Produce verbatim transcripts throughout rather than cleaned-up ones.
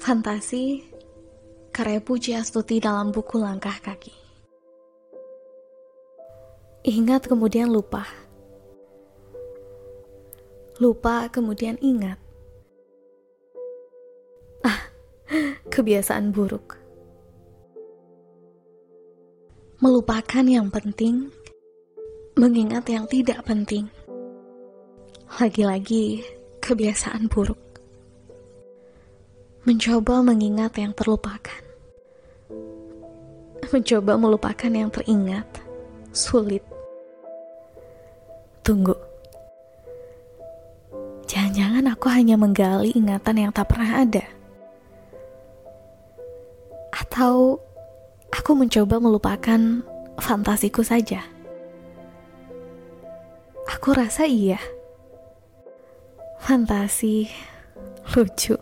Fantasi karya Pujiastuti dalam buku Langkah Kaki. Ingat kemudian lupa. Lupa kemudian ingat. Ah, kebiasaan buruk. Melupakan yang penting, mengingat yang tidak penting. Lagi-lagi kebiasaan buruk. Mencoba mengingat yang terlupakan. Mencoba melupakan yang teringat. Sulit. Tunggu. Jangan-jangan aku hanya menggali ingatan yang tak pernah ada. Atau aku mencoba melupakan fantasiku saja. Aku rasa iya. Fantasi lucu.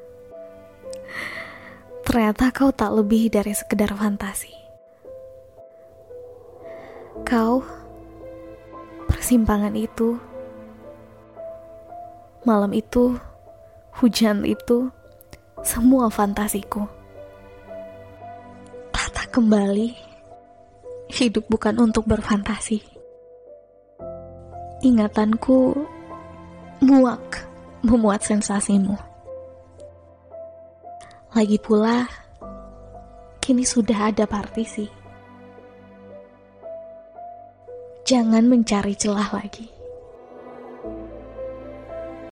Ternyata kau tak lebih dari sekedar fantasi. Kau, persimpangan itu, malam itu, hujan itu, semua fantasiku. Tata kembali, hidup bukan untuk berfantasi. Ingatanku muak memuat sensasimu. Lagi pula, kini sudah ada partisi. Jangan mencari celah lagi.